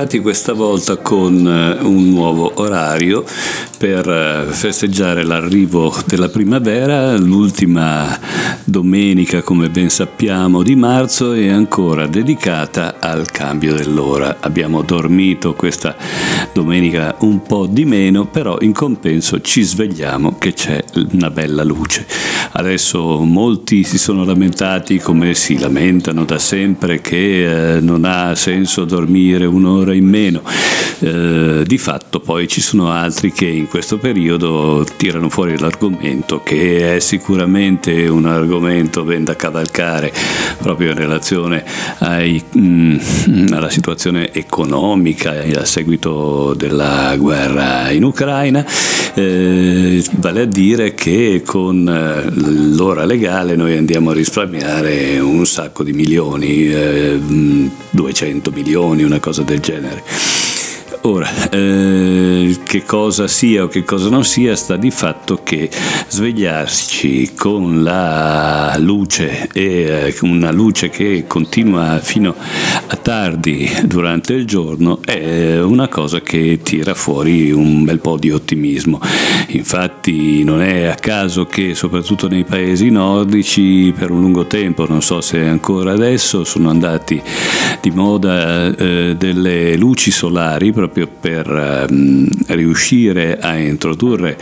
ritrovati questa volta con un nuovo orario per festeggiare l'arrivo della primavera. L'ultima domenica, come ben sappiamo, di marzo è ancora dedicata al cambio dell'ora. Abbiamo dormito questa domenica un po' di meno, però in compenso ci svegliamo che c'è una bella luce. Adesso molti si sono lamentati, come si lamentano da sempre, che non ha senso dormire un'ora in meno. Di fatto poi ci sono altri che in questo periodo tirano fuori l'argomento, che è sicuramente un argomento ben da cavalcare proprio in relazione alla situazione economica a seguito della guerra in Ucraina, vale a dire che con l'ora legale noi andiamo a risparmiare un sacco di milioni, 200 milioni, una cosa del genere. Ora, che cosa sia o che cosa non sia, sta di fatto che svegliarci con la luce e una luce che continua fino a tardi durante il giorno è una cosa che tira fuori un bel po' di ottimismo. Infatti non è a caso che soprattutto nei paesi nordici per un lungo tempo, non so se ancora adesso, sono andati di moda delle luci solari proprio per riuscire a introdurre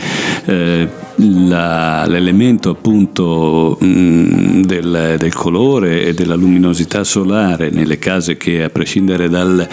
l'elemento appunto del colore e della luminosità solare nelle case che, a prescindere dalla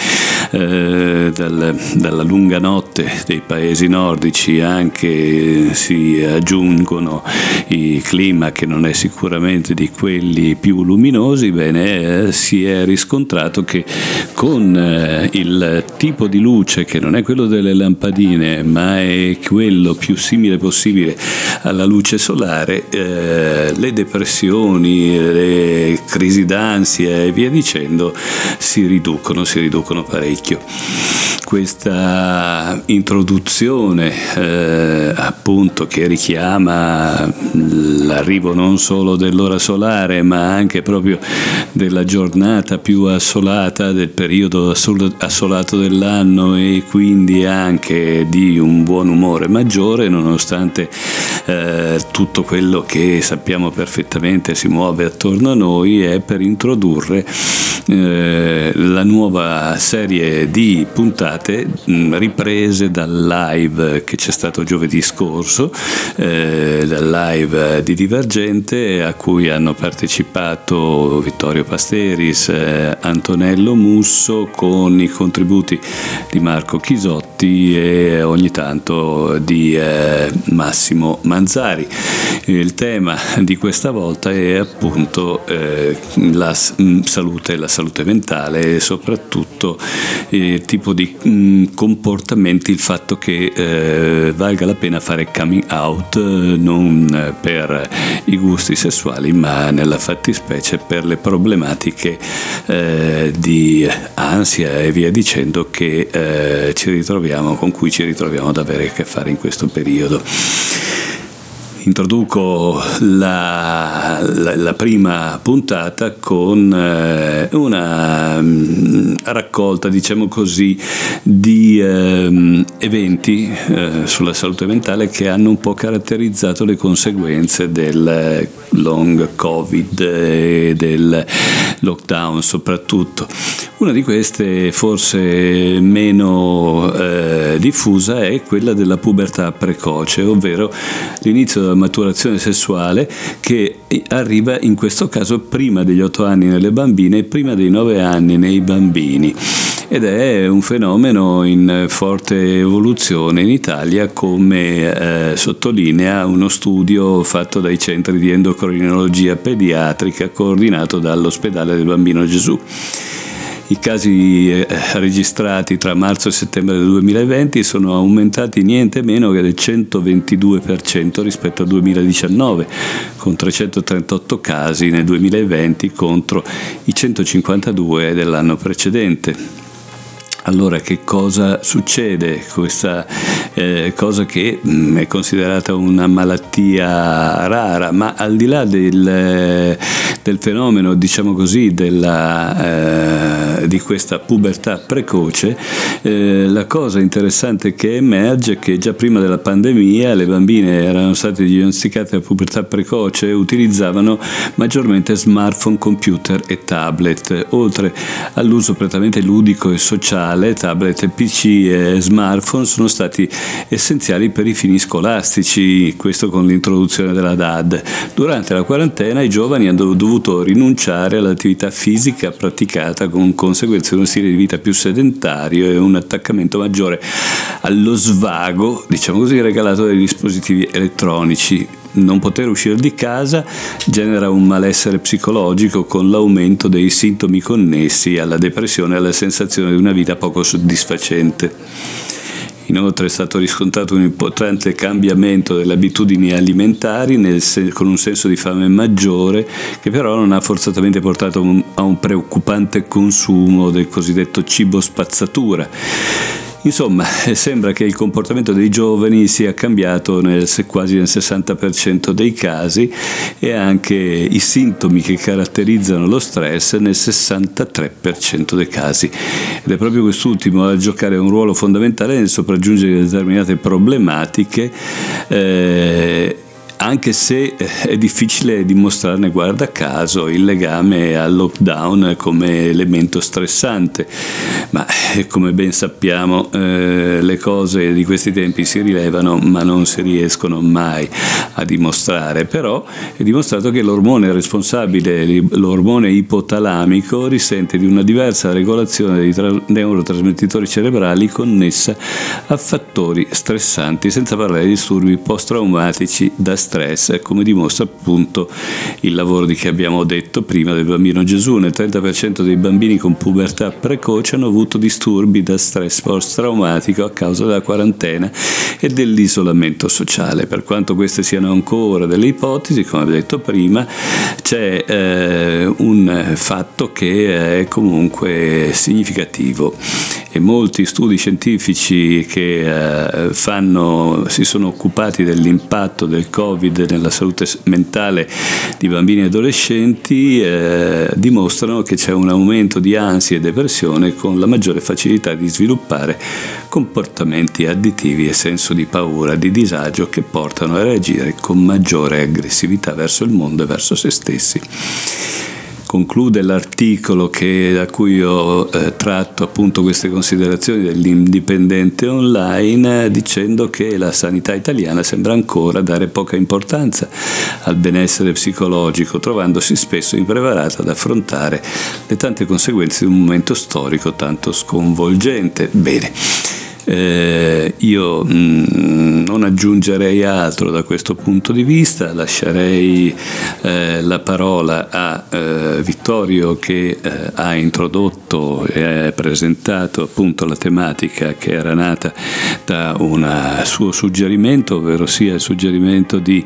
lunga notte dei paesi nordici, anche si aggiungono il clima che non è sicuramente di quelli più luminosi. Bene, si è riscontrato che con il tipo di luce che non è quello delle lampadine ma è quello più simile possibile alla luce solare, le depressioni, le crisi d'ansia e via dicendo si riducono parecchio. Questa introduzione appunto che richiama l'arrivo non solo dell'ora solare ma anche proprio della giornata più assolata, del periodo assolato dell'anno, e quindi anche di un buon umore maggiore, nonostante tutto quello che sappiamo perfettamente si muove attorno a noi, è per introdurre la nuova serie di puntate riprese dal live che c'è stato giovedì scorso, dal live di Divergente, a cui hanno partecipato Vittorio Pasteris, Antonello Musso, con i contributi di Marco Chisotti e ogni tanto di Massimo Manzari. Il tema di questa volta è appunto la salute mentale e soprattutto il tipo di comportamenti, il fatto che valga la pena fare coming out, non per i gusti sessuali ma nella fattispecie per le problematiche di ansia e via dicendo che con cui ci ritroviamo ad avere a che fare in questo periodo. Introduco la prima puntata con una raccolta, diciamo così, di eventi sulla salute mentale che hanno un po' caratterizzato le conseguenze del long Covid e del lockdown soprattutto. Una di queste, forse meno diffusa, è quella della pubertà precoce, ovvero l'inizio della maturazione sessuale, che arriva in questo caso prima degli 8 anni nelle bambine e prima dei 9 anni nei bambini. Ed è un fenomeno in forte evoluzione in Italia, come sottolinea uno studio fatto dai centri di endocrinologia pediatrica coordinato dall'ospedale del Bambino Gesù. I casi registrati tra marzo e settembre del 2020 sono aumentati niente meno che del 122% rispetto al 2019, con 338 casi nel 2020 contro i 152 dell'anno precedente. Allora, che cosa succede? Questa cosa che è considerata una malattia rara, ma al di là del fenomeno, diciamo così, di questa pubertà precoce, la cosa interessante che emerge è che già prima della pandemia le bambine erano state diagnosticate a pubertà precoce e utilizzavano maggiormente smartphone, computer e tablet, oltre all'uso prettamente ludico e sociale. Tablet, PC e smartphone sono stati essenziali per i fini scolastici, questo con l'introduzione della DAD. Durante la quarantena i giovani hanno dovuto rinunciare all'attività fisica praticata, con conseguenze uno stile di vita più sedentario e un attaccamento maggiore allo svago, diciamo così, regalato dai dispositivi elettronici. Non poter uscire di casa genera un malessere psicologico, con l'aumento dei sintomi connessi alla depressione e alla sensazione di una vita poco soddisfacente. Inoltre è stato riscontrato un importante cambiamento delle abitudini alimentari con un senso di fame maggiore, che però non ha forzatamente portato a un preoccupante consumo del cosiddetto cibo spazzatura. Insomma, sembra che il comportamento dei giovani sia cambiato quasi nel 60% dei casi, e anche i sintomi che caratterizzano lo stress nel 63% dei casi. Ed è proprio quest'ultimo a giocare un ruolo fondamentale nel sopraggiungere determinate problematiche, anche se è difficile dimostrarne, guarda caso, il legame al lockdown come elemento stressante, ma come ben sappiamo le cose di questi tempi si rilevano ma non si riescono mai a dimostrare. Però è dimostrato che l'ormone responsabile, l'ormone ipotalamico, risente di una diversa regolazione dei neurotrasmettitori cerebrali connessa a fattori stressanti, senza parlare di disturbi post-traumatici da stress, come dimostra appunto il lavoro di che abbiamo detto prima del bambino Gesù. Nel 30% dei bambini con pubertà precoce hanno avuto disturbi da stress post-traumatico a causa della quarantena e dell'isolamento sociale. Per quanto queste siano ancora delle ipotesi, come ho detto prima, c'è un fatto che è comunque significativo, e molti studi scientifici che si sono occupati dell'impatto del Covid nella salute mentale di bambini e adolescenti dimostrano che c'è un aumento di ansia e depressione, con la maggiore facilità di sviluppare comportamenti additivi e senso di paura, di disagio, che portano a reagire con maggiore aggressività verso il mondo e verso se stessi. Conclude l'articolo da cui ho tratto appunto queste considerazioni dell'Indipendente Online, dicendo che la sanità italiana sembra ancora dare poca importanza al benessere psicologico, trovandosi spesso impreparata ad affrontare le tante conseguenze di un momento storico tanto sconvolgente. Bene. Io non aggiungerei altro da questo punto di vista, lascerei la parola a Vittorio, che ha introdotto e presentato appunto la tematica che era nata da un suo suggerimento, ovvero sia il suggerimento di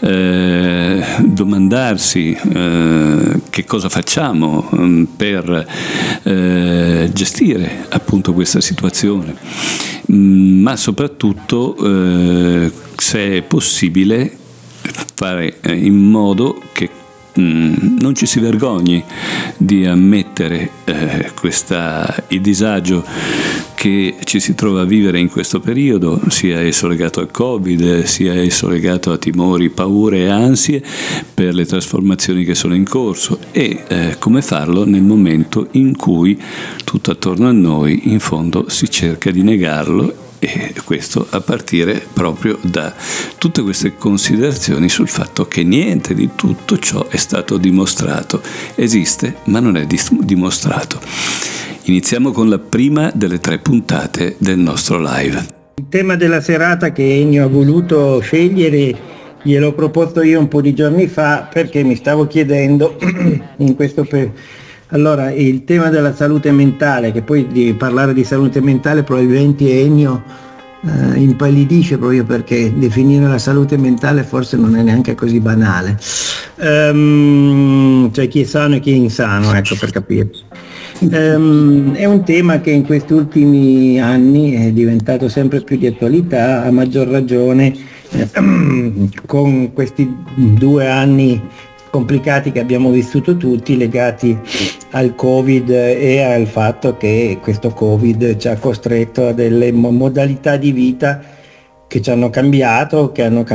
domandarsi che cosa facciamo per gestire appunto questa situazione, ma soprattutto se è possibile fare in modo che non ci si vergogni di ammettere il disagio che ci si trova a vivere in questo periodo, sia esso legato al Covid, sia esso legato a timori, paure e ansie per le trasformazioni che sono in corso, e come farlo nel momento in cui tutto attorno a noi in fondo si cerca di negarlo. E questo a partire proprio da tutte queste considerazioni sul fatto che niente di tutto ciò è stato dimostrato. Esiste, ma non è dimostrato. Iniziamo con la prima delle 3 puntate del nostro live. Il tema della serata che Ennio ha voluto scegliere gliel'ho proposto io un po' di giorni fa, perché mi stavo chiedendo in questo allora, il tema della salute mentale, che poi di parlare di salute mentale probabilmente Ennio impallidisce, proprio perché definire la salute mentale forse non è neanche così banale, cioè chi è sano e chi è insano, ecco, per capirci. È un tema che in questi ultimi anni è diventato sempre più di attualità, a maggior ragione con questi 2 anni complicati che abbiamo vissuto tutti, legati al Covid e al fatto che questo Covid ci ha costretto a delle modalità di vita che ci hanno cambiato,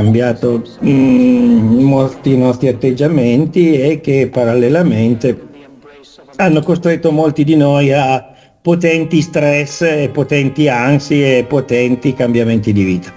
molti nostri atteggiamenti e che parallelamente hanno costretto molti di noi a potenti stress, e potenti ansie e potenti cambiamenti di vita.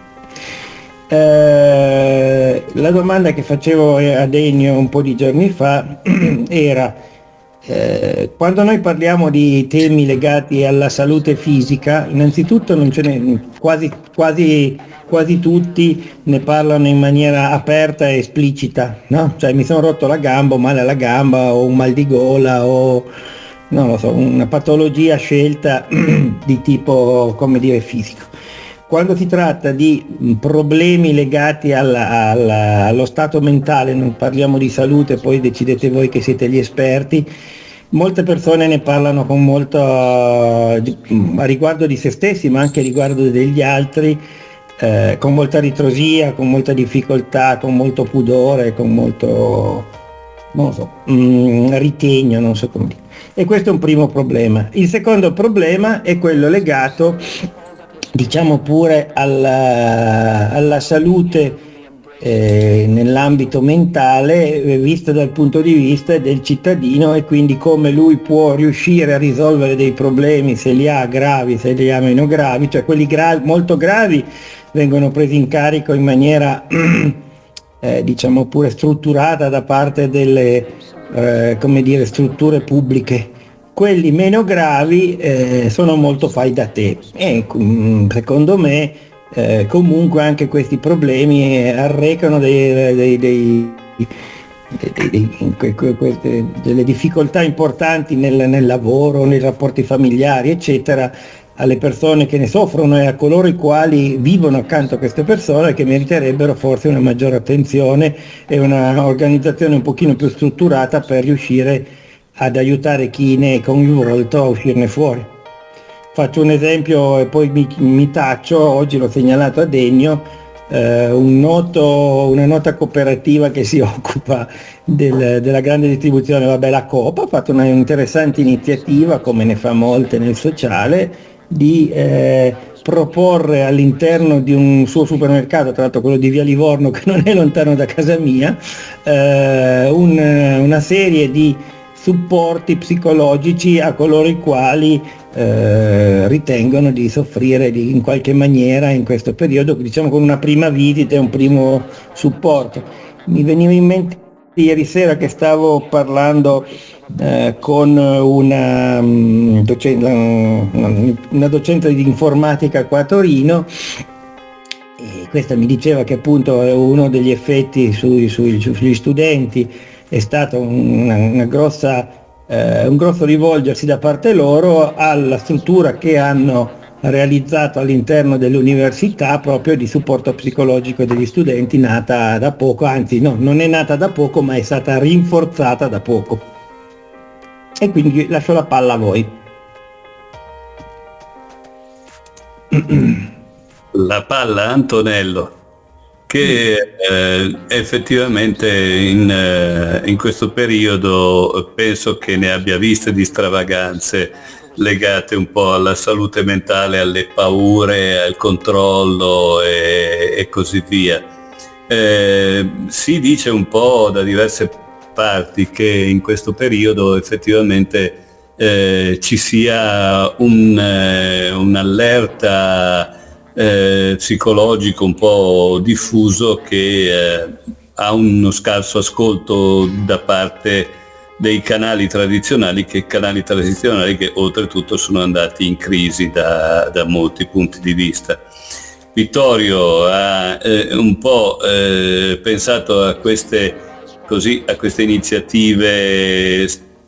La domanda che facevo a Ennio un po' di giorni fa era quando noi parliamo di temi legati alla salute fisica, innanzitutto non ce n'è, quasi tutti ne parlano in maniera aperta e esplicita, no? Cioè mi sono rotto la gamba, ho male alla gamba, o un mal di gola, o non lo so, una patologia scelta di tipo, come dire, fisico. Quando si tratta di problemi legati allo stato mentale, non parliamo di salute, poi decidete voi che siete gli esperti, molte persone ne parlano con molto a riguardo di se stessi, ma anche a riguardo degli altri, con molta ritrosia, con molta difficoltà, con molto pudore, con molto, non lo so, ritegno, non so come dire. E questo è un primo problema. Il secondo problema è quello legato, diciamo pure, alla salute nell'ambito mentale, vista dal punto di vista del cittadino, e quindi come lui può riuscire a risolvere dei problemi, se li ha gravi, se li ha meno gravi, cioè quelli molto gravi vengono presi in carico in maniera diciamo pure strutturata da parte delle come dire, strutture pubbliche. Quelli meno gravi sono molto fai da te e secondo me comunque anche questi problemi arrecano delle difficoltà importanti nel lavoro, nei rapporti familiari, eccetera, alle persone che ne soffrono e a coloro i quali vivono accanto a queste persone, che meriterebbero forse una maggiore attenzione e una organizzazione un pochino più strutturata per riuscire ad aiutare chi ne è coinvolto a uscirne fuori. Faccio un esempio e poi mi taccio. Oggi l'ho segnalato a Degno, una nota cooperativa che si occupa della grande distribuzione, la Coop ha fatto una interessante iniziativa, come ne fa molte nel sociale, di proporre all'interno di un suo supermercato, tra l'altro quello di Via Livorno, che non è lontano da casa mia, una serie di supporti psicologici a coloro i quali ritengono di soffrire in qualche maniera in questo periodo, diciamo con una prima visita e un primo supporto. Mi veniva in mente ieri sera che stavo parlando con una docente di informatica qua a Torino, e questa mi diceva che appunto uno degli effetti sugli studenti è stato un grosso rivolgersi da parte loro alla struttura che hanno realizzato all'interno dell'università proprio di supporto psicologico degli studenti, nata da poco, anzi no, non è nata da poco, ma è stata rinforzata da poco. E quindi lascio la palla a voi. La palla a Antonello, che effettivamente in questo periodo penso che ne abbia viste di stravaganze legate un po' alla salute mentale, alle paure, al controllo e così via. Si dice un po' da diverse parti che in questo periodo effettivamente ci sia un'allerta psicologico un po' diffuso che ha uno scarso ascolto da parte dei canali tradizionali che oltretutto sono andati in crisi da molti punti di vista. Vittorio ha un po' pensato a queste iniziative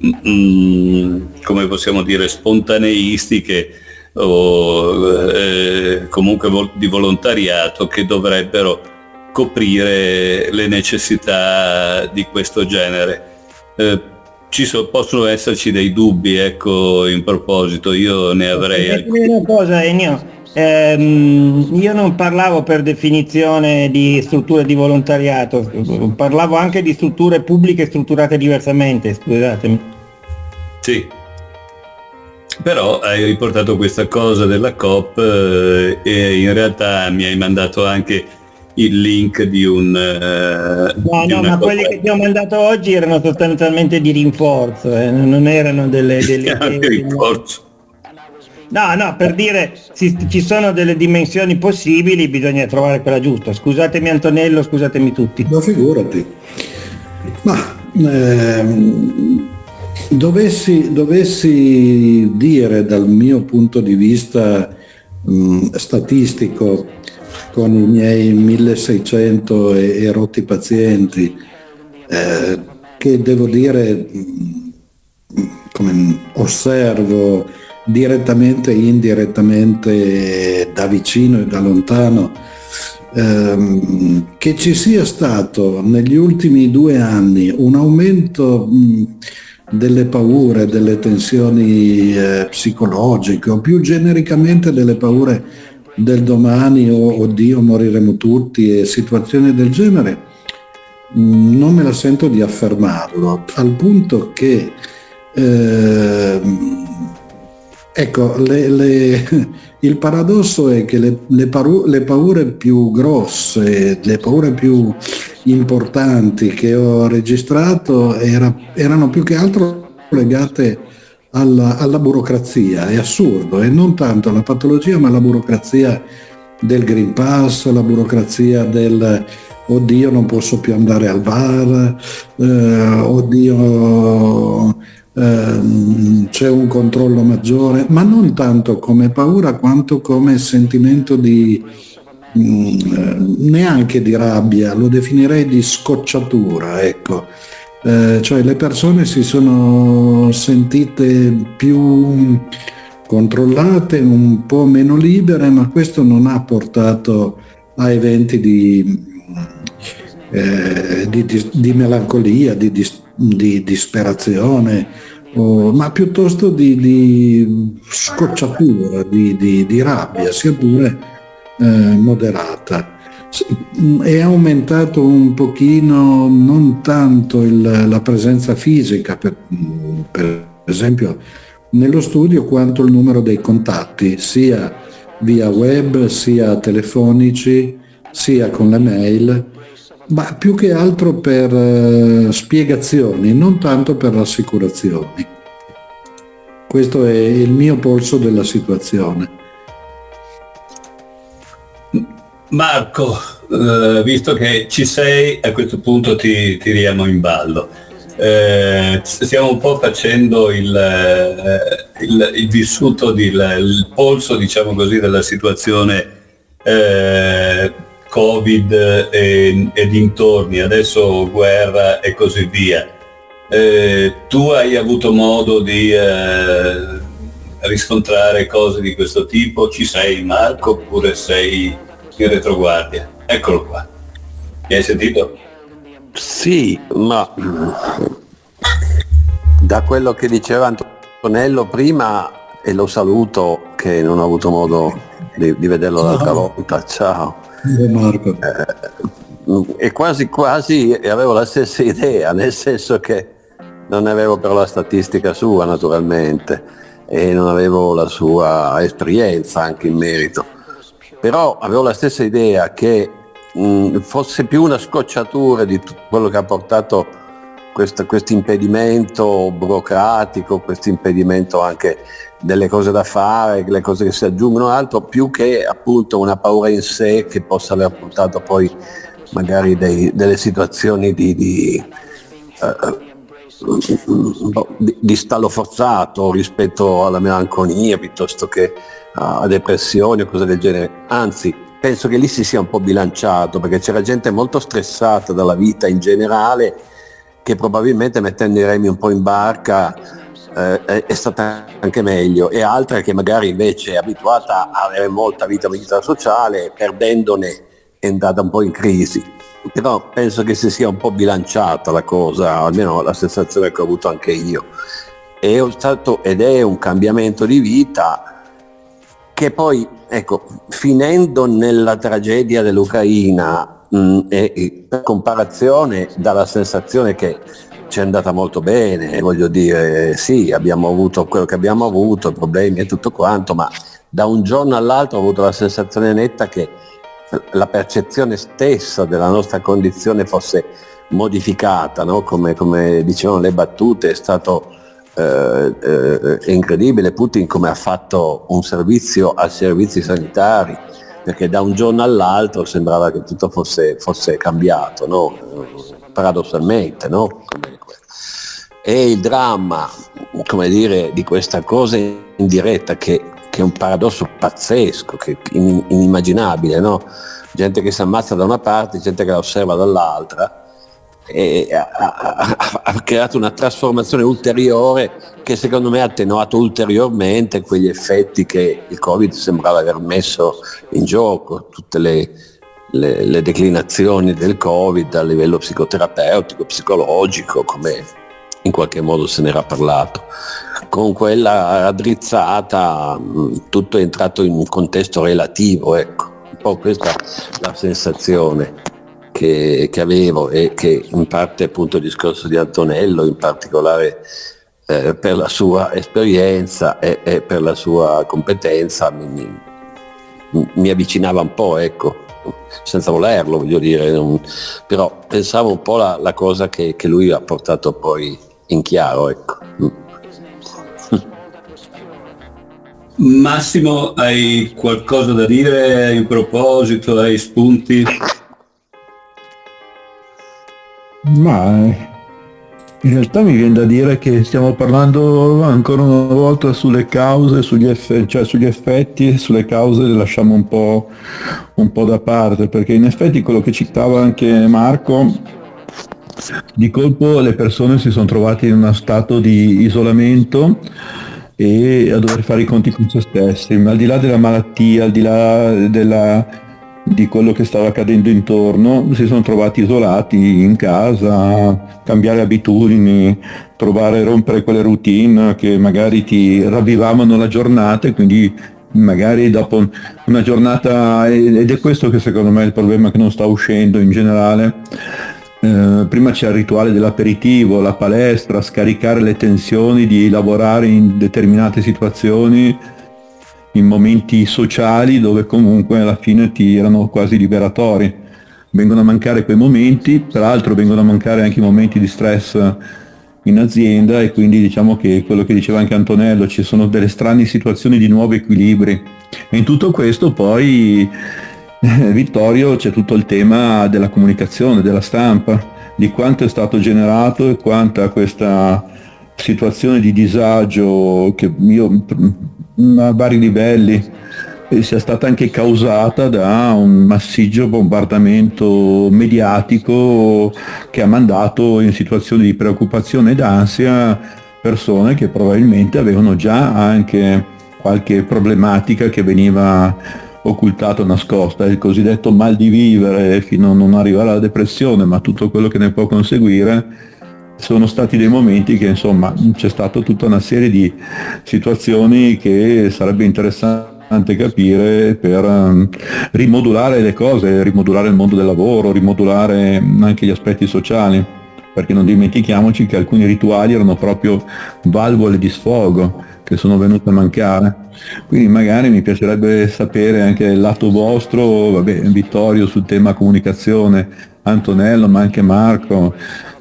come possiamo dire spontaneistiche o comunque di volontariato, che dovrebbero coprire le necessità di questo genere. possono esserci dei dubbi, ecco, in proposito, io ne avrei alcuni. Una cosa, Ennio, io non parlavo per definizione di strutture di volontariato, parlavo anche di strutture pubbliche strutturate diversamente, scusatemi. Sì, però hai riportato questa cosa della COP e in realtà mi hai mandato anche il link di No, di una ma COP. quelli che ti ho mandato oggi erano sostanzialmente di rinforzo, non erano delle Anche idee. rinforzo. No, per dire ci sono delle dimensioni possibili, bisogna trovare quella giusta. Scusatemi Antonello, scusatemi tutti. No, figurati. Ma dovessi dire dal mio punto di vista statistico, con i miei 1600 e rotti pazienti, che devo dire, come osservo direttamente e indirettamente da vicino e da lontano, che ci sia stato negli ultimi 2 anni un aumento delle paure, delle tensioni psicologiche, o più genericamente delle paure del domani, o oddio moriremo tutti, e situazioni del genere, non me la sento di affermarlo, al punto che ecco, il paradosso è che le paure più grosse, le paure più importanti che ho registrato erano più che altro legate alla burocrazia. È assurdo, e non tanto alla patologia, ma alla burocrazia del Green Pass, la burocrazia del oddio non posso più andare al bar, oddio c'è un controllo maggiore, ma non tanto come paura quanto come sentimento di neanche di rabbia, lo definirei di scocciatura, ecco. Cioè le persone si sono sentite più controllate, un po' meno libere, ma questo non ha portato a eventi di melancolia, di disperazione, ma piuttosto di scocciatura, di rabbia, sia pure moderata. È aumentato un pochino, non tanto la presenza fisica, per esempio nello studio, quanto il numero dei contatti, sia via web, sia telefonici, sia con le mail, ma più che altro per spiegazioni, non tanto per rassicurazioni. Questo è il mio polso della situazione. Marco, visto che ci sei, a questo punto ti tiriamo in ballo. Stiamo un po' facendo il vissuto, il polso, diciamo così, della situazione Covid e dintorni, adesso guerra e così via. Tu hai avuto modo di riscontrare cose di questo tipo? Ci sei, Marco, oppure sei in retroguardia? Eccolo qua. Mi hai sentito? Sì, ma da quello che diceva Antonello prima, e lo saluto che non ho avuto modo di vederlo l'altra volta, ciao. Marco. E quasi avevo la stessa idea, nel senso che non avevo però la statistica sua naturalmente e non avevo la sua esperienza anche in merito, però avevo la stessa idea che fosse più una scocciatura di tutto quello che ha portato questo impedimento burocratico, questo impedimento anche delle cose da fare, le cose che si aggiungono, altro, più che appunto una paura in sé che possa aver portato poi magari delle situazioni di stallo forzato rispetto alla melanconia piuttosto che a depressioni o cose del genere. Anzi, penso che lì si sia un po' bilanciato, perché c'era gente molto stressata dalla vita in generale che probabilmente mettendo i remi un po' in barca è stata anche meglio, e altra che magari invece è abituata a avere molta vita sociale, perdendone è andata un po' in crisi. però penso che si sia un po' bilanciata la cosa, almeno la sensazione che ho avuto anche io. Ed è un cambiamento di vita che poi, ecco, finendo nella tragedia dell'Ucraina, e per comparazione dalla sensazione che ci è andata molto bene, voglio dire, sì, abbiamo avuto quello che abbiamo avuto, problemi e tutto quanto, ma da un giorno all'altro ho avuto la sensazione netta che la percezione stessa della nostra condizione fosse modificata, no? Come dicevano le battute, è stato è incredibile Putin come ha fatto un servizio ai servizi sanitari, perché da un giorno all'altro sembrava che tutto fosse cambiato, no? Paradossalmente, no? E il dramma, come dire, di questa cosa in diretta che è un paradosso pazzesco, che inimmaginabile, no? Gente che si ammazza da una parte, gente che la osserva dall'altra, e ha creato una trasformazione ulteriore che secondo me ha attenuato ulteriormente quegli effetti che il Covid sembrava aver messo in gioco, tutte le declinazioni del Covid a livello psicoterapeutico, psicologico, come in qualche modo se n'era parlato. Con quella raddrizzata tutto è entrato in un contesto relativo, ecco, un po' questa è la sensazione che avevo, e che in parte appunto il discorso di Antonello, in particolare per la sua esperienza e per la sua competenza mi avvicinava un po', ecco, senza volerlo, voglio dire, però pensavo un po' la cosa che lui ha portato poi in chiaro, ecco. Massimo, hai qualcosa da dire in proposito, hai spunti? Ma in realtà mi viene da dire che stiamo parlando ancora una volta sulle cause, sugli effetti e sulle cause le lasciamo un po' da parte, perché in effetti quello che citava anche Marco, di colpo le persone si sono trovate in uno stato di isolamento e a dover fare i conti con se stessi, ma al di là della malattia, al di là di quello che stava accadendo intorno, si sono trovati isolati in casa, cambiare abitudini, rompere quelle routine che magari ti ravvivavano la giornata, e quindi magari dopo una giornata, ed è questo che secondo me è il problema che non sta uscendo in generale. Prima c'è il rituale dell'aperitivo, la palestra, scaricare le tensioni di lavorare in determinate situazioni, in momenti sociali dove comunque alla fine ti erano quasi liberatori. Vengono a mancare quei momenti, peraltro vengono a mancare anche i momenti di stress in azienda, e quindi diciamo che quello che diceva anche Antonello, ci sono delle strane situazioni di nuovi equilibri. E in tutto questo poi, Vittorio, c'è tutto il tema della comunicazione, della stampa, di quanto è stato generato e quanta questa situazione di disagio che io a vari livelli sia stata anche causata da un massiccio bombardamento mediatico che ha mandato in situazioni di preoccupazione ed ansia persone che probabilmente avevano già anche qualche problematica che veniva occultata o nascosta, il cosiddetto mal di vivere fino a non arrivare alla depressione, ma tutto quello che ne può conseguire. Sono stati dei momenti che insomma c'è stata tutta una serie di situazioni che sarebbe interessante capire per rimodulare le cose, rimodulare il mondo del lavoro, rimodulare anche gli aspetti sociali, perché non dimentichiamoci che alcuni rituali erano proprio valvole di sfogo che sono venute a mancare. Quindi magari mi piacerebbe sapere anche il lato vostro, vabbè, Vittorio sul tema comunicazione, Antonello, ma anche Marco,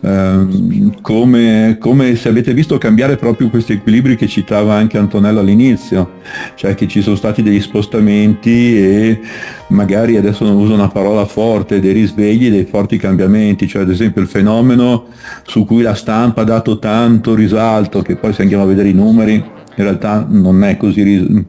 come se avete visto cambiare proprio questi equilibri che citava anche Antonello all'inizio, cioè che ci sono stati degli spostamenti e magari adesso non uso una parola forte, dei risvegli, dei forti cambiamenti, cioè ad esempio il fenomeno su cui la stampa ha dato tanto risalto, che poi se andiamo a vedere i numeri in realtà non è così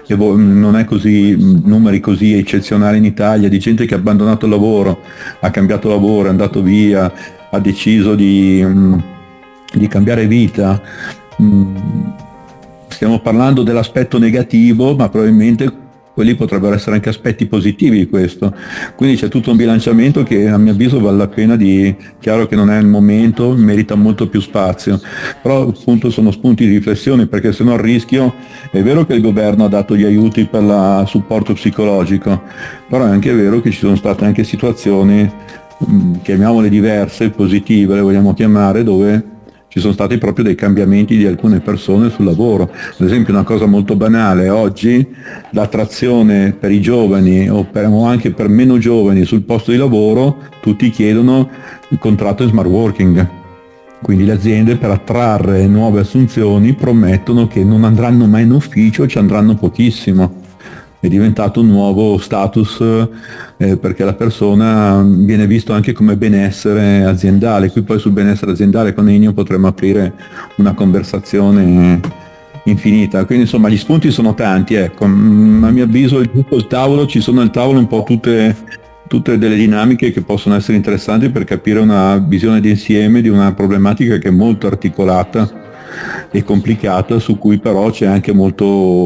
numeri così eccezionali in Italia, di gente che ha abbandonato il lavoro, ha cambiato lavoro, è andato via, ha deciso di cambiare vita. Stiamo parlando dell'aspetto negativo, ma probabilmente quelli potrebbero essere anche aspetti positivi di questo. Quindi c'è tutto un bilanciamento che a mio avviso vale la pena di, chiaro che non è il momento, merita molto più spazio, però appunto sono spunti di riflessione, perché se no il rischio, è vero che il governo ha dato gli aiuti per il supporto psicologico, però è anche vero che ci sono state anche situazioni, chiamiamole diverse, positive, le vogliamo chiamare, dove ci sono stati proprio dei cambiamenti di alcune persone sul lavoro. Ad esempio una cosa molto banale, oggi l'attrazione per i giovani o anche per meno giovani sul posto di lavoro, tutti chiedono il contratto in smart working. Quindi le aziende per attrarre nuove assunzioni promettono che non andranno mai in ufficio, ci andranno pochissimo. È diventato un nuovo status perché la persona viene visto anche come benessere aziendale. Qui poi sul benessere aziendale con Ennio potremmo aprire una conversazione infinita. Quindi insomma gli spunti sono tanti, ecco. A mio avviso ci sono al tavolo un po' tutte delle dinamiche che possono essere interessanti per capire una visione d'insieme di una problematica che è molto articolata e complicata, su cui però c'è anche molto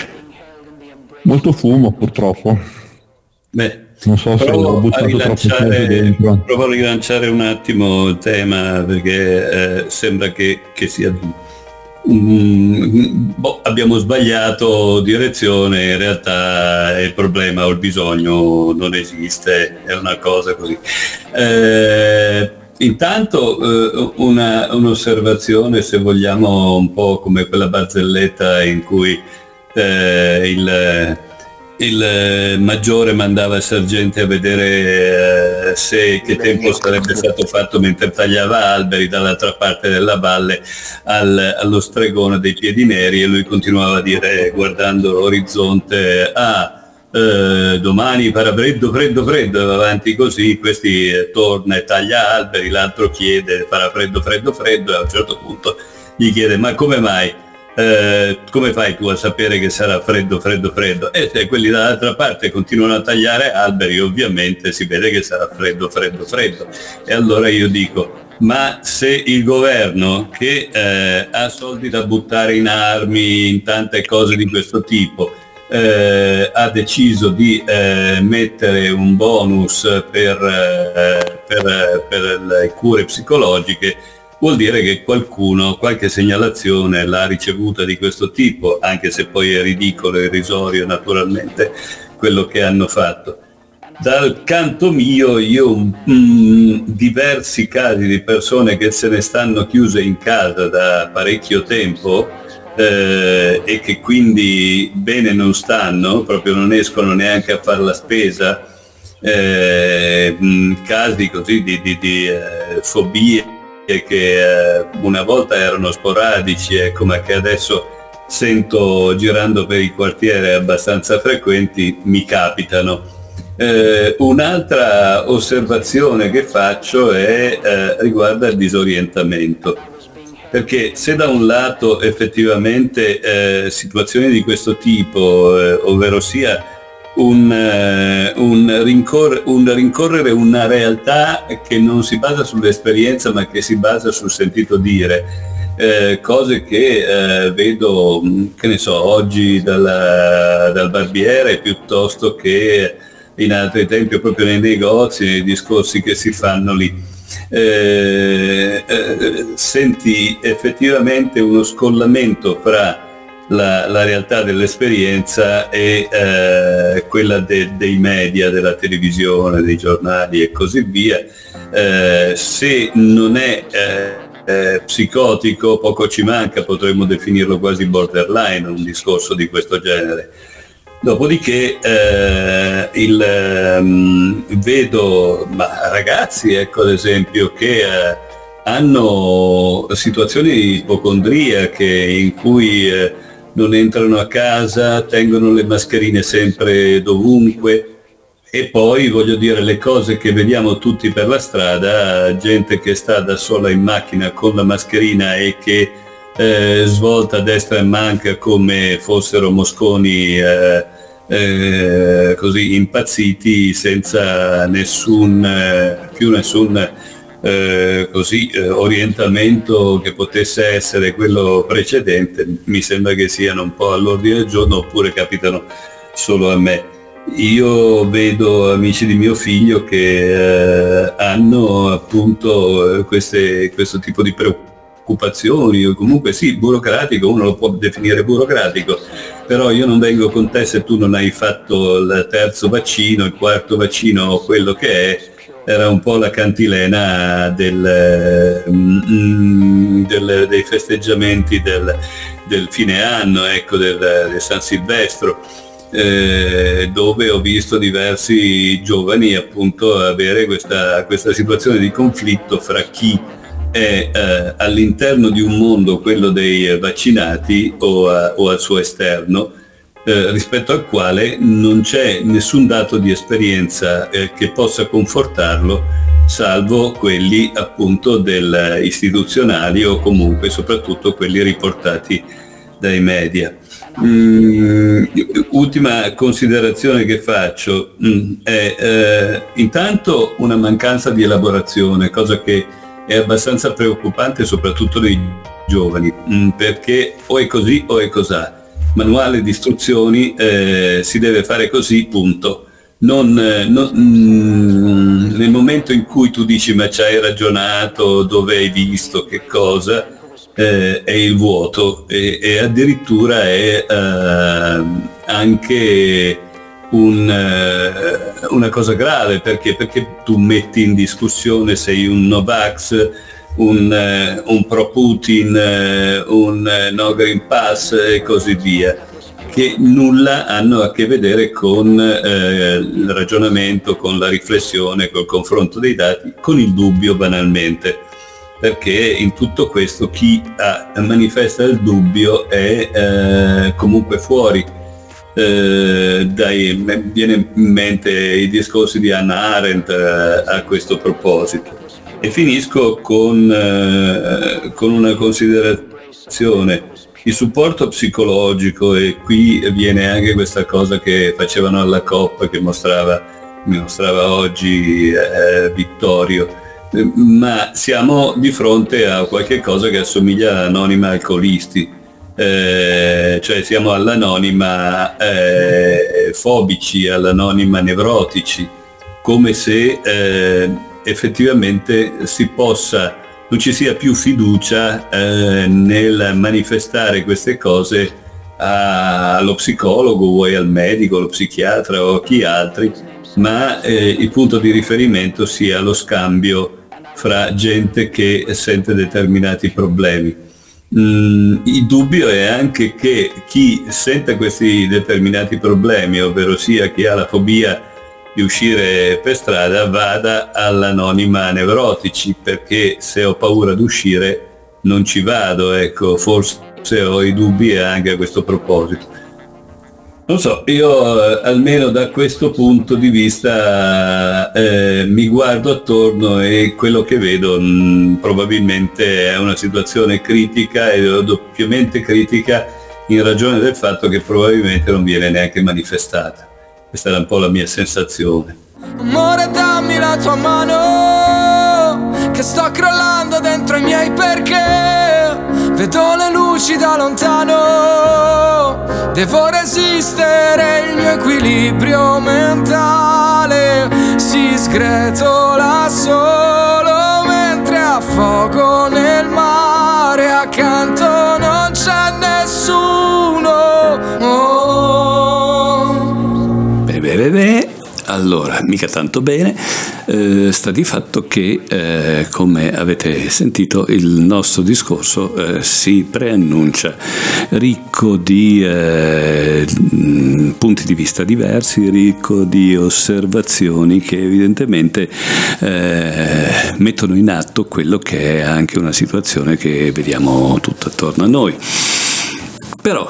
fumo, purtroppo. Beh, non so se ho buttato troppo cose dentro. Provo a rilanciare un attimo il tema, perché sembra che sia abbiamo sbagliato direzione, in realtà il problema o il bisogno non esiste, è una cosa così. Intanto un'osservazione, se vogliamo, un po' come quella barzelletta in cui il maggiore mandava il sergente a vedere che tempo sarebbe stato fatto mentre tagliava alberi dall'altra parte della valle allo stregone dei piedi neri, e lui continuava a dire, guardando l'orizzonte, domani farà freddo, e va avanti così. Questi torna e taglia alberi, l'altro chiede, farà freddo, e a un certo punto gli chiede, ma come mai? Come fai tu a sapere che sarà freddo? E se quelli dall'altra parte continuano a tagliare alberi, ovviamente si vede che sarà freddo. E allora io dico, ma se il governo, che ha soldi da buttare in armi, in tante cose di questo tipo, ha deciso di mettere un bonus per le cure psicologiche, vuol dire che qualche segnalazione l'ha ricevuta di questo tipo, anche se poi è ridicolo e irrisorio naturalmente quello che hanno fatto. Dal canto mio, io diversi casi di persone che se ne stanno chiuse in casa da parecchio tempo e che quindi bene non stanno, proprio non escono neanche a fare la spesa, casi così di fobie che una volta erano sporadici, ma che adesso sento girando per il quartiere abbastanza frequenti, mi capitano. Un'altra osservazione che faccio riguarda il disorientamento, perché se da un lato effettivamente situazioni di questo tipo, ovvero sia un rincorrere una realtà che non si basa sull'esperienza ma che si basa sul sentito dire, cose che vedo, che ne so, oggi dal barbiere, piuttosto che in altri tempi proprio nei negozi, nei discorsi che si fanno lì. Senti effettivamente uno scollamento fra la realtà dell'esperienza e quella dei media, della televisione, dei giornali e così via. Se non è psicotico, poco ci manca, potremmo definirlo quasi borderline, un discorso di questo genere. Dopodiché vedo ragazzi, ecco, ad esempio, che hanno situazioni ipocondriache in cui non entrano a casa, tengono le mascherine sempre dovunque, e poi, voglio dire, le cose che vediamo tutti per la strada, gente che sta da sola in macchina con la mascherina e che svolta a destra e manca come fossero mosconi così impazziti, senza nessun orientamento che potesse essere quello precedente. Mi sembra che siano un po' all'ordine del giorno, oppure capitano solo a me. Io vedo amici di mio figlio che hanno appunto questo tipo di preoccupazioni, o comunque sì, burocratico, uno lo può definire burocratico, però io non vengo con te se tu non hai fatto il terzo vaccino, il quarto vaccino o quello che è. Era un po' la cantilena dei festeggiamenti del fine anno, ecco, del San Silvestro, dove ho visto diversi giovani appunto avere questa situazione di conflitto fra chi è all'interno di un mondo, quello dei vaccinati, o al suo esterno, rispetto al quale non c'è nessun dato di esperienza che possa confortarlo, salvo quelli appunto istituzionali, o comunque soprattutto quelli riportati dai media. Ultima considerazione che faccio è intanto una mancanza di elaborazione, cosa che è abbastanza preoccupante soprattutto nei giovani, perché o è così o è cos'ha. Manuale di istruzioni, si deve fare così, punto. Nel momento in cui tu dici ma ci hai ragionato, dove hai visto, che cosa, è il vuoto, e addirittura è anche una cosa grave, perché tu metti in discussione, sei un Novax, un pro Putin, un no Green Pass e così via, che nulla hanno a che vedere con il ragionamento, con la riflessione, col confronto dei dati, con il dubbio banalmente, perché in tutto questo chi manifesta il dubbio è comunque fuori. Viene in mente i discorsi di Hannah Arendt a questo proposito. E finisco con una considerazione: il supporto psicologico, e qui viene anche questa cosa che facevano alla COP, che mi mostrava oggi Vittorio, ma siamo di fronte a qualche cosa che assomiglia all'anonima alcolisti, cioè siamo all'anonima fobici, all'anonima nevrotici, come se effettivamente non ci sia più fiducia nel manifestare queste cose allo psicologo, o al medico, allo psichiatra o a chi altri, ma il punto di riferimento sia lo scambio fra gente che sente determinati problemi. Il dubbio è anche che chi sente questi determinati problemi, ovvero sia chi ha la fobia di uscire per strada, vada all'anonima nevrotici, perché se ho paura di uscire non ci vado, ecco. Forse ho i dubbi anche a questo proposito. Non so, io almeno da questo punto di vista mi guardo attorno, e quello che vedo probabilmente è una situazione critica, e doppiamente critica in ragione del fatto che probabilmente non viene neanche manifestata. Questa era un po' la mia sensazione. Amore, dammi la tua mano, che sto crollando dentro i miei perché. Vedo le luci da lontano, devo resistere, il mio equilibrio mentale si sgretola solo mentre affogo nel mare. Accanto non c'è nessuno. Allora, mica tanto bene. Sta di fatto che, come avete sentito, il nostro discorso si preannuncia ricco di punti di vista diversi, ricco di osservazioni che evidentemente mettono in atto quello che è anche una situazione che vediamo tutta attorno a noi. Però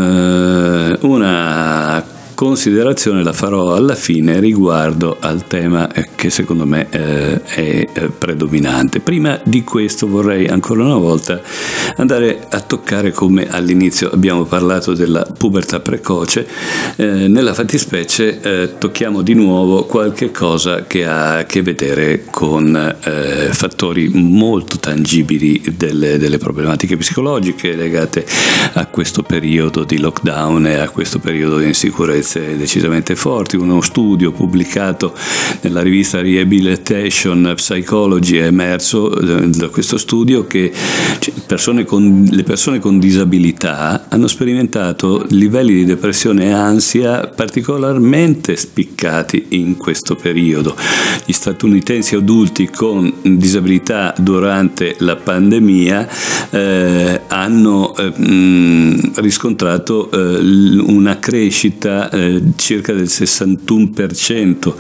una considerazione la farò alla fine riguardo al tema che secondo me è predominante. Prima di questo vorrei ancora una volta andare a toccare, come all'inizio abbiamo parlato della pubertà precoce, nella fattispecie tocchiamo di nuovo qualche cosa che ha a che vedere con fattori molto tangibili delle problematiche psicologiche legate a questo periodo di lockdown e a questo periodo di insicurezza conseguenze decisamente forti. Uno studio pubblicato nella rivista Rehabilitation Psychology è emerso da questo studio che le persone con disabilità hanno sperimentato livelli di depressione e ansia particolarmente spiccati in questo periodo. Gli statunitensi adulti con disabilità durante la pandemia hanno riscontrato una crescita circa del 61%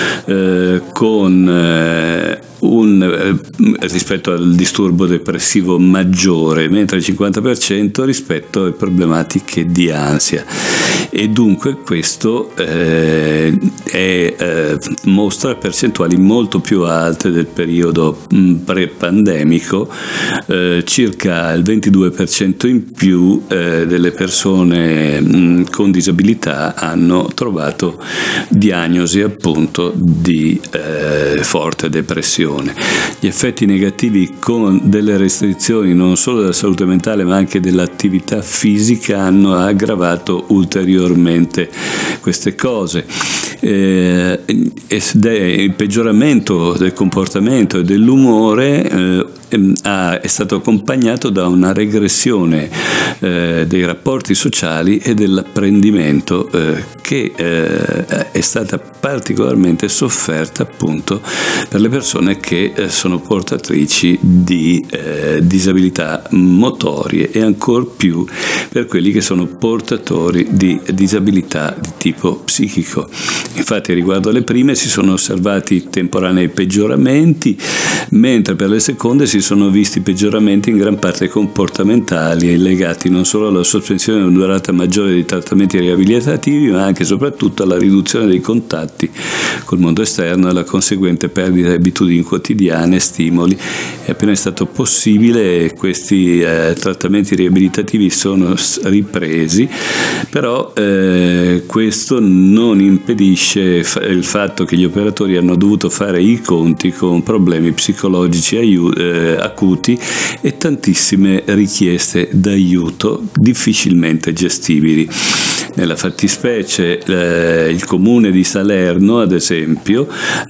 rispetto al disturbo depressivo maggiore, mentre il 50% rispetto alle problematiche di ansia. E dunque questo mostra percentuali molto più alte del periodo pre-pandemico, circa il 22% in più delle persone con disabilità hanno trovato diagnosi appunto di forte depressione. Gli effetti negativi con delle restrizioni non solo della salute mentale ma anche dell'attività fisica hanno aggravato ulteriormente queste cose. Il peggioramento del comportamento e dell'umore è stato accompagnato da una regressione dei rapporti sociali e dell'apprendimento che è stata particolarmente sofferta appunto per le persone che sono portatrici di disabilità motorie e ancor più per quelli che sono portatori di disabilità di tipo psichico. Infatti riguardo alle prime si sono osservati temporanei peggioramenti, mentre per le seconde si sono visti peggioramenti in gran parte comportamentali legati non solo alla sospensione di una durata maggiore dei trattamenti riabilitativi ma anche e soprattutto alla riduzione dei contatti col mondo esterno e alla conseguente perdita di abitudini quotidiane, stimoli. È appena stato possibile questi trattamenti riabilitativi sono ripresi, però questo non impedisce il fatto che gli operatori hanno dovuto fare i conti con problemi psicologici acuti e tantissime richieste d'aiuto difficilmente gestibili. Nella fattispecie il comune di Salerno, ad esempio,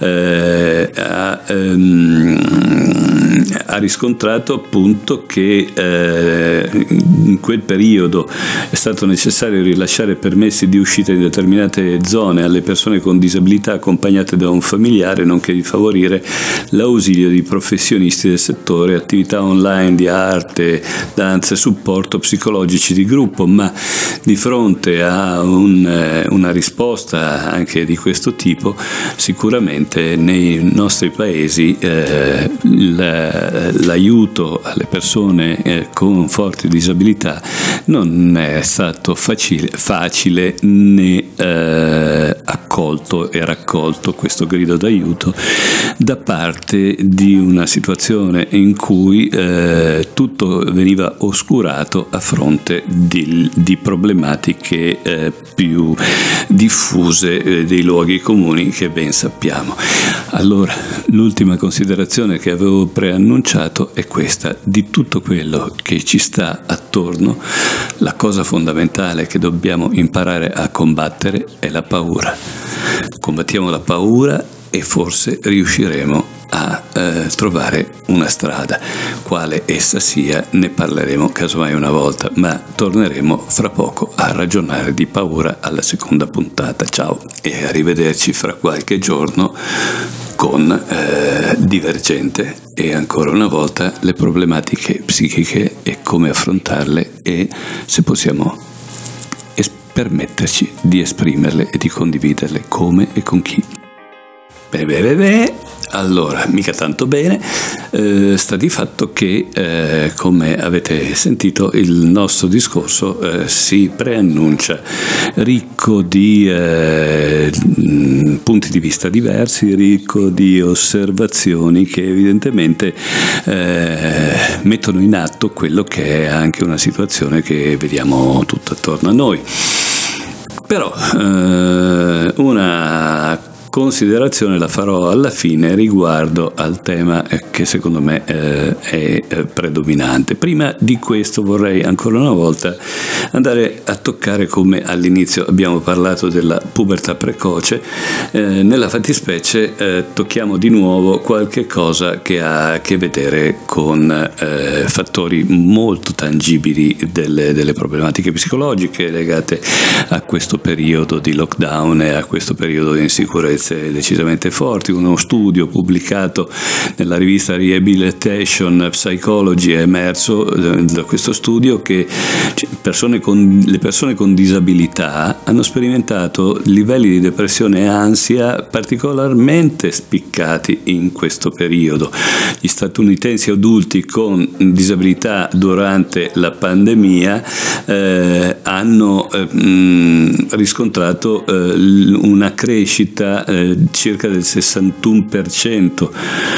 ha riscontrato appunto che in quel periodo è stato necessario rilasciare permessi di uscita in determinate zone alle persone con disabilità accompagnate da un familiare, nonché di favorire l'ausilio di professionisti del settore, attività online di arte, danza e supporto psicologici di gruppo. Ma di fronte a una risposta anche di questo tipo, sicuramente nei nostri paesi l'aiuto alle persone con forti disabilità non è stato facile né accolto e raccolto questo grido d'aiuto da parte di una situazione in cui tutto veniva oscurato a fronte di problematiche più diffuse dei luoghi comuni che ben sappiamo. Allora, l'ultima considerazione che avevo preannunciato è questa: di tutto quello che ci sta attorno, la cosa fondamentale che dobbiamo imparare a combattere è la paura. Combattiamo la paura e forse riusciremo a trovare una strada. Quale essa sia ne parleremo casomai una volta, ma torneremo fra poco a ragionare di paura alla seconda puntata. Ciao e arrivederci fra qualche giorno con Divergente e ancora una volta le problematiche psichiche e come affrontarle e se possiamo permetterci di esprimerle e di condividerle come e con chi. Allora, mica tanto bene, sta di fatto che, come avete sentito, il nostro discorso si preannuncia ricco di punti di vista diversi, ricco di osservazioni che evidentemente mettono in atto quello che è anche una situazione che vediamo tutta attorno a noi. Però una considerazione la farò alla fine riguardo al tema che secondo me è predominante. Prima di questo vorrei ancora una volta andare a toccare, come all'inizio abbiamo parlato della pubertà precoce, nella fattispecie tocchiamo di nuovo qualche cosa che ha a che vedere con fattori molto tangibili delle problematiche psicologiche legate a questo periodo di lockdown e a questo periodo di insicurezze decisamente forti. Uno studio pubblicato nella rivista Rehabilitation Psychology è emerso da questo studio che le persone con disabilità hanno sperimentato livelli di depressione e ansia particolarmente spiccati in questo periodo. Gli statunitensi adulti con disabilità durante la pandemia hanno riscontrato una crescita circa del 61%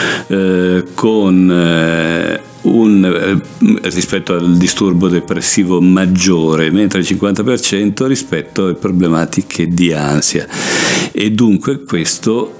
rispetto al disturbo depressivo maggiore, mentre il 50% rispetto alle problematiche di ansia. E dunque questo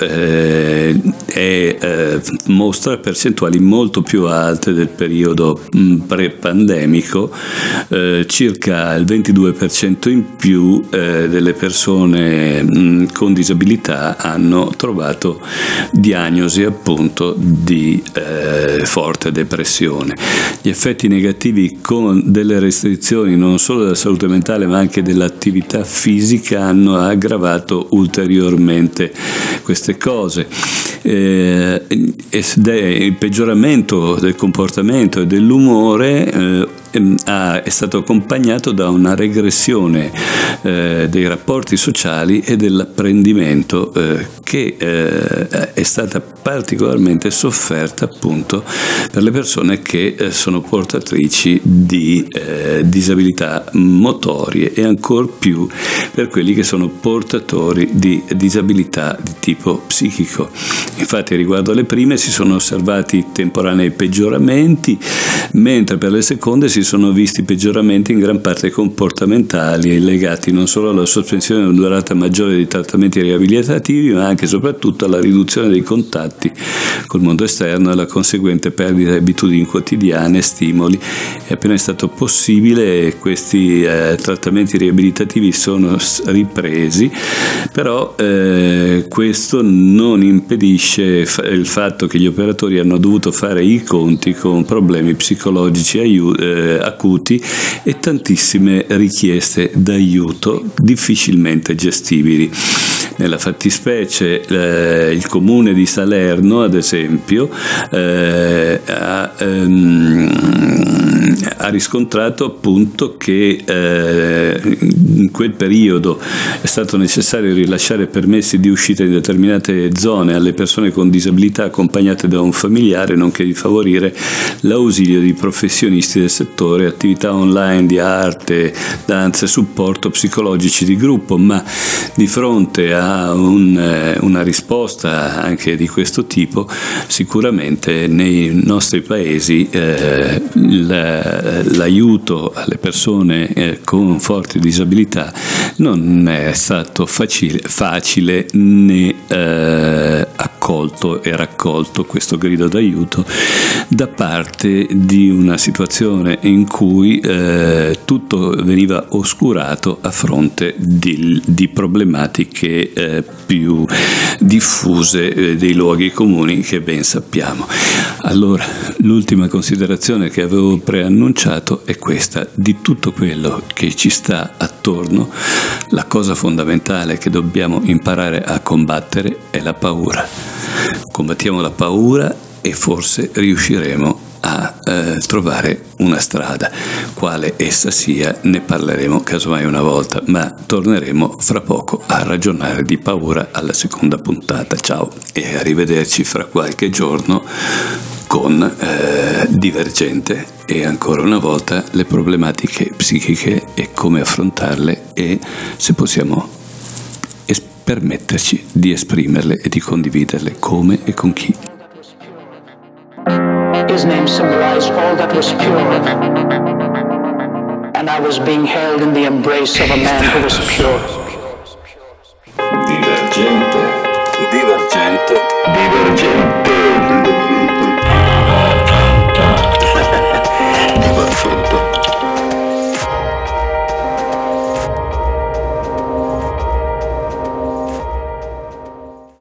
mostra percentuali molto più alte del periodo pre-pandemico, circa il 22% in più delle persone con disabilità hanno trovato diagnosi appunto di forte depressione. Gli effetti negativi con delle restrizioni non solo della salute mentale ma anche dell'attività fisica hanno aggravato ulteriormente queste cose. Il peggioramento del comportamento e dell'umore è stato accompagnato da una regressione dei rapporti sociali e dell'apprendimento che è stata particolarmente sofferta appunto per le persone che sono portatrici di disabilità motorie e ancor più per quelli che sono portatori di disabilità di tipo psichico. Infatti riguardo alle prime si sono osservati temporanei peggioramenti, mentre per le seconde si sono visti peggioramenti in gran parte comportamentali legati non solo alla sospensione di una durata maggiore di trattamenti riabilitativi ma anche e soprattutto alla riduzione dei contatti col mondo esterno e alla conseguente perdita di abitudini quotidiane e stimoli. È appena stato possibile questi trattamenti riabilitativi sono ripresi, però questo non impedisce il fatto che gli operatori hanno dovuto fare i conti con problemi psicologici acuti e tantissime richieste d'aiuto difficilmente gestibili. Nella fattispecie il comune di Salerno, ad esempio, ha riscontrato appunto che in quel periodo è stato necessario rilasciare permessi di uscita in determinate zone alle persone con disabilità accompagnate da un familiare, nonché di favorire l'ausilio di professionisti del settore, attività online di arte, danza e supporto psicologici di gruppo. Ma di fronte a una risposta anche di questo tipo, sicuramente nei nostri paesi l'aiuto alle persone con forti disabilità non è stato facile né accolto e raccolto questo grido d'aiuto da parte di una situazione in cui tutto veniva oscurato a fronte di problematiche più diffuse dei luoghi comuni che ben sappiamo. Allora, l'ultima considerazione che avevo preannunciato è questa: di tutto quello che ci sta attorno, la cosa fondamentale che dobbiamo imparare a combattere è la paura. Combattiamo la paura e forse riusciremo a trovare una strada. Quale essa sia ne parleremo casomai una volta, ma torneremo fra poco a ragionare di paura alla seconda puntata. Ciao e arrivederci fra qualche giorno con Divergente e ancora una volta le problematiche psichiche e come affrontarle e se possiamo permetterci di esprimerle e di condividerle come e con chi. His name symbolized all that was pure, and I was being held in the embrace of a man who was pure. Divergente, Divergente. Divergente.